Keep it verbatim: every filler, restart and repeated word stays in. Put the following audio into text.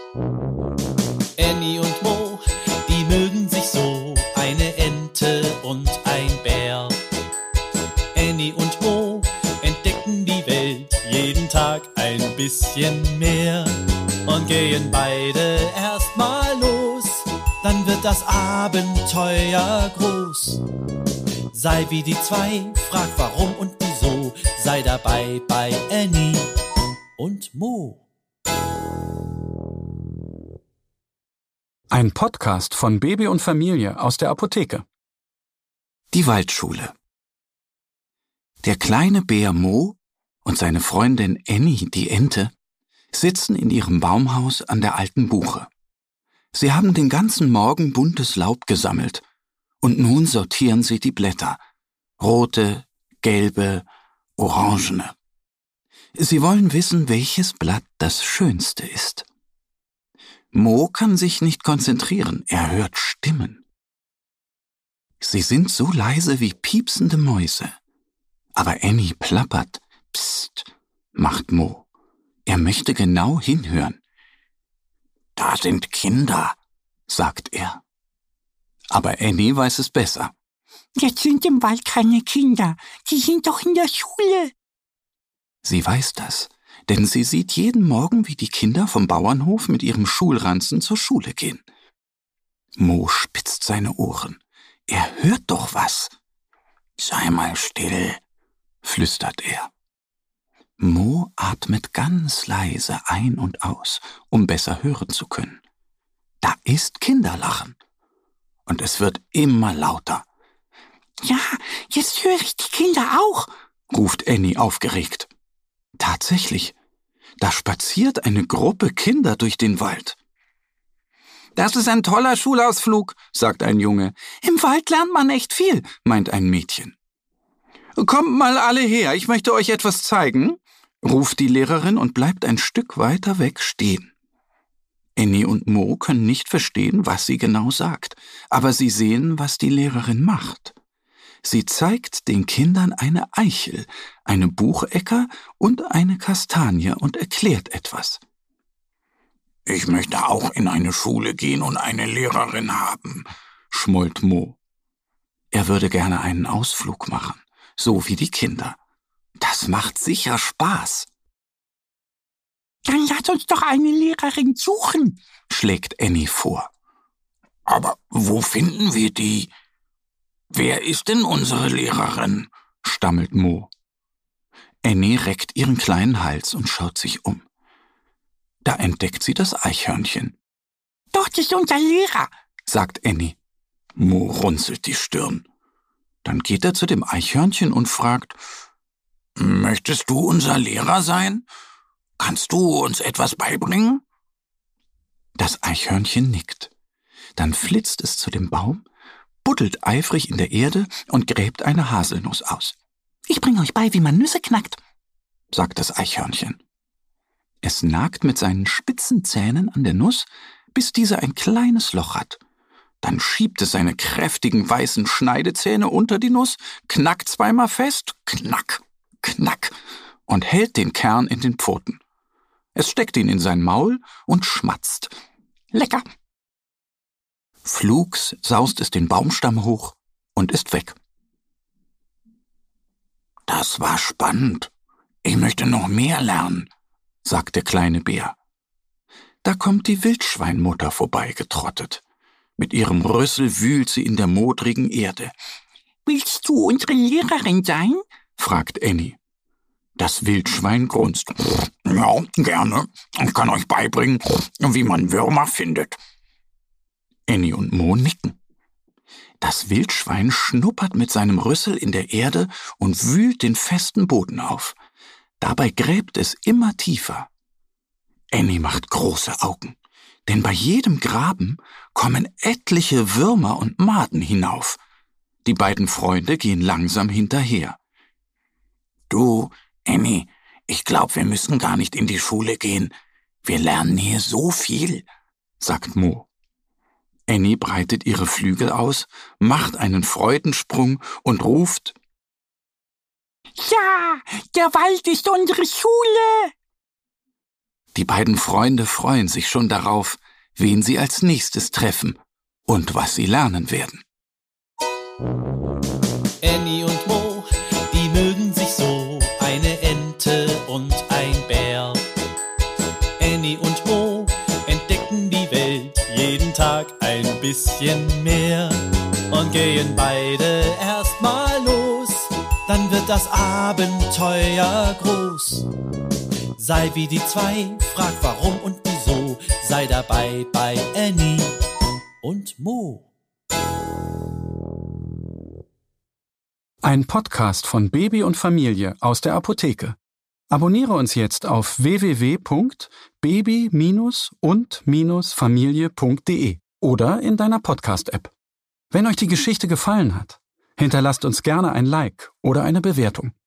Annie und Mo, die mögen sich so, eine Ente und ein Bär. Annie und Mo entdecken die Welt jeden Tag ein bisschen mehr und gehen beide erstmal los, dann wird das Abenteuer groß. Sei wie die zwei, frag warum und wieso, sei dabei bei Annie und Mo. Ein Podcast von Baby und Familie aus der Apotheke. Die Waldschule. Der kleine Bär Mo und seine Freundin Annie, die Ente, sitzen in ihrem Baumhaus an der alten Buche. Sie haben den ganzen Morgen buntes Laub gesammelt und nun sortieren sie die Blätter. Rote, gelbe, orangene. Sie wollen wissen, welches Blatt das schönste ist. Mo kann sich nicht konzentrieren, er hört Stimmen. Sie sind so leise wie piepsende Mäuse. Aber Annie plappert. Psst, macht Mo. Er möchte genau hinhören. Da sind Kinder, sagt er. Aber Annie weiß es besser. Jetzt sind im Wald keine Kinder, die sind doch in der Schule. Sie weiß das, denn sie sieht jeden Morgen, wie die Kinder vom Bauernhof mit ihrem Schulranzen zur Schule gehen. Mo spitzt seine Ohren. Er hört doch was. Sei mal still, flüstert er. Mo atmet ganz leise ein und aus, um besser hören zu können. Da ist Kinderlachen. Und es wird immer lauter. Ja, jetzt höre ich die Kinder auch, ruft Annie aufgeregt. Tatsächlich, da spaziert eine Gruppe Kinder durch den Wald. Das ist ein toller Schulausflug, sagt ein Junge. Im Wald lernt man echt viel, meint ein Mädchen. Kommt mal alle her, ich möchte euch etwas zeigen, ruft die Lehrerin und bleibt ein Stück weiter weg stehen. Annie und Mo können nicht verstehen, was sie genau sagt, aber sie sehen, was die Lehrerin macht. Sie zeigt den Kindern eine Eichel, eine Buchecker und eine Kastanie und erklärt etwas. Ich möchte auch in eine Schule gehen und eine Lehrerin haben, schmollt Mo. Er würde gerne einen Ausflug machen, so wie die Kinder. Das macht sicher Spaß. Dann lass uns doch eine Lehrerin suchen, schlägt Annie vor. Aber wo finden wir die? Wer ist denn unsere Lehrerin? Stammelt Mo. Annie reckt ihren kleinen Hals und schaut sich um. Da entdeckt sie das Eichhörnchen. Dort ist unser Lehrer, sagt Annie. Mo runzelt die Stirn. Dann geht er zu dem Eichhörnchen und fragt, möchtest du unser Lehrer sein? Kannst du uns etwas beibringen? Das Eichhörnchen nickt. Dann flitzt es zu dem Baum, buddelt eifrig in der Erde und gräbt eine Haselnuss aus. Ich bringe euch bei, wie man Nüsse knackt, sagt das Eichhörnchen. Es nagt mit seinen spitzen Zähnen an der Nuss, bis diese ein kleines Loch hat. Dann schiebt es seine kräftigen weißen Schneidezähne unter die Nuss, knackt zweimal fest, knack, knack, und hält den Kern in den Pfoten. Es steckt ihn in sein Maul und schmatzt. Lecker! Flugs saust es den Baumstamm hoch und ist weg. Das war spannend. Ich möchte noch mehr lernen, sagt der kleine Bär. Da kommt die Wildschweinmutter vorbeigetrottet. Mit ihrem Rüssel wühlt sie in der modrigen Erde. Willst du unsere Lehrerin sein? fragt Annie. Das Wildschwein grunzt. Ja, gerne. Ich kann euch beibringen, wie man Würmer findet. Annie und Mo nicken. Das Wildschwein schnuppert mit seinem Rüssel in der Erde und wühlt den festen Boden auf. Dabei gräbt es immer tiefer. Annie macht große Augen, denn bei jedem Graben kommen etliche Würmer und Maden hinauf. Die beiden Freunde gehen langsam hinterher. Du, Annie, ich glaube, wir müssen gar nicht in die Schule gehen. Wir lernen hier so viel, sagt Mo. Annie breitet ihre Flügel aus, macht einen Freudensprung und ruft: Ja, der Wald ist unsere Schule! Die beiden Freunde freuen sich schon darauf, wen sie als nächstes treffen und was sie lernen werden. Annie und Mo, die mögen sich so, eine Ente und ein Bär. Annie und Mo entdecken die Welt jeden Tag ein bisschen mehr und gehen beide erstmal los, dann wird das Abenteuer groß. Sei wie die zwei, frag warum und wieso, sei dabei bei Annie und Mo. Ein Podcast von Baby und Familie aus der Apotheke. Abonniere uns jetzt auf w w w punkt baby und familie punkt de oder in deiner Podcast-App. Wenn euch die Geschichte gefallen hat, hinterlasst uns gerne ein Like oder eine Bewertung.